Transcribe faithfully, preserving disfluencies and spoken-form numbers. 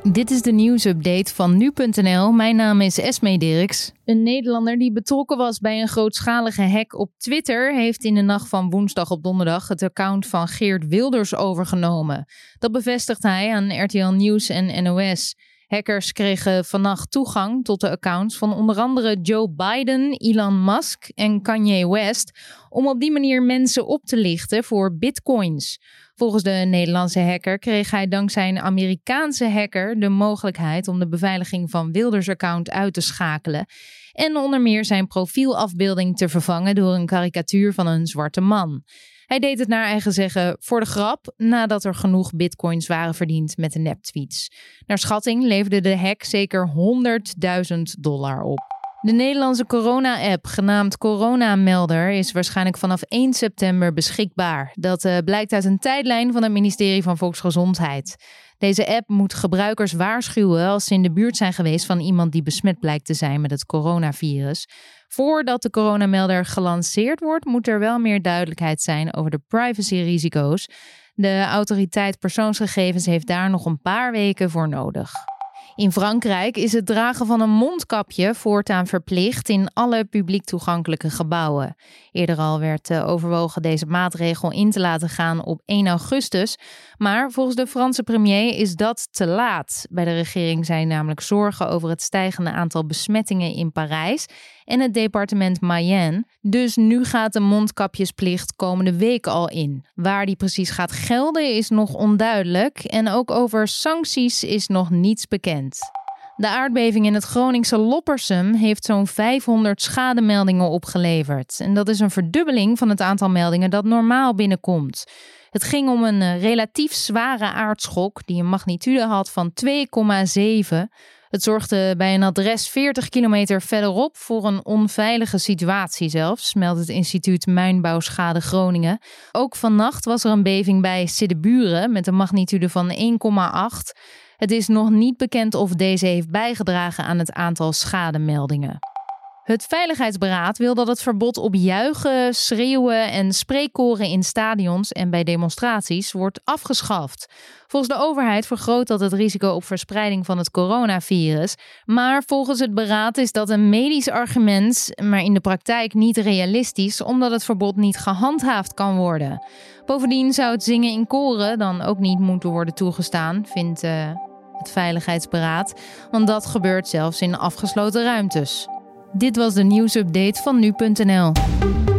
Dit is de nieuwsupdate van nu punt n l. Mijn naam is Esmee Dirks. Een Nederlander die betrokken was bij een grootschalige hack op Twitter heeft in de nacht van woensdag op donderdag het account van Geert Wilders overgenomen. Dat bevestigt hij aan R T L Nieuws en N O S. Hackers kregen vannacht toegang tot de accounts van onder andere Joe Biden, Elon Musk en Kanye West om op die manier mensen op te lichten voor bitcoins. Volgens de Nederlandse hacker kreeg hij dankzij een Amerikaanse hacker de mogelijkheid om de beveiliging van Wilders' account uit te schakelen en onder meer zijn profielafbeelding te vervangen door een karikatuur van een zwarte man. Hij deed het naar eigen zeggen voor de grap, nadat er genoeg bitcoins waren verdiend met de neptweets. Naar schatting leverde de hack zeker honderdduizend dollar op. De Nederlandse corona-app, genaamd Coronamelder, is waarschijnlijk vanaf één september beschikbaar. Dat uh, blijkt uit een tijdlijn van het ministerie van Volksgezondheid. Deze app moet gebruikers waarschuwen als ze in de buurt zijn geweest van iemand die besmet blijkt te zijn met het coronavirus. Voordat de coronamelder gelanceerd wordt, moet er wel meer duidelijkheid zijn over de privacyrisico's. De autoriteit persoonsgegevens heeft daar nog een paar weken voor nodig. In Frankrijk is het dragen van een mondkapje voortaan verplicht in alle publiek toegankelijke gebouwen. Eerder al werd overwogen deze maatregel in te laten gaan op één augustus. Maar volgens de Franse premier is dat te laat. Bij de regering zijn namelijk zorgen over het stijgende aantal besmettingen in Parijs en het departement Mayenne. Dus nu gaat de mondkapjesplicht komende week al in. Waar die precies gaat gelden is nog onduidelijk en ook over sancties is nog niets bekend. De aardbeving in het Groningse Loppersum heeft zo'n vijfhonderd schademeldingen opgeleverd. En dat is een verdubbeling van het aantal meldingen dat normaal binnenkomt. Het ging om een relatief zware aardschok die een magnitude had van twee komma zeven. Het zorgde bij een adres veertig kilometer verderop voor een onveilige situatie zelfs, meldt het instituut Mijnbouwschade Groningen. Ook vannacht was er een beving bij Siddeburen met een magnitude van één komma acht. Het is nog niet bekend of deze heeft bijgedragen aan het aantal schademeldingen. Het Veiligheidsberaad wil dat het verbod op juichen, schreeuwen en spreekkoren in stadions en bij demonstraties wordt afgeschaft. Volgens de overheid vergroot dat het risico op verspreiding van het coronavirus. Maar volgens het beraad is dat een medisch argument, maar in de praktijk niet realistisch, omdat het verbod niet gehandhaafd kan worden. Bovendien zou het zingen in koren dan ook niet moeten worden toegestaan, vindt uh, het Veiligheidsberaad. Want dat gebeurt zelfs in afgesloten ruimtes. Dit was de nieuwsupdate van nu punt n l.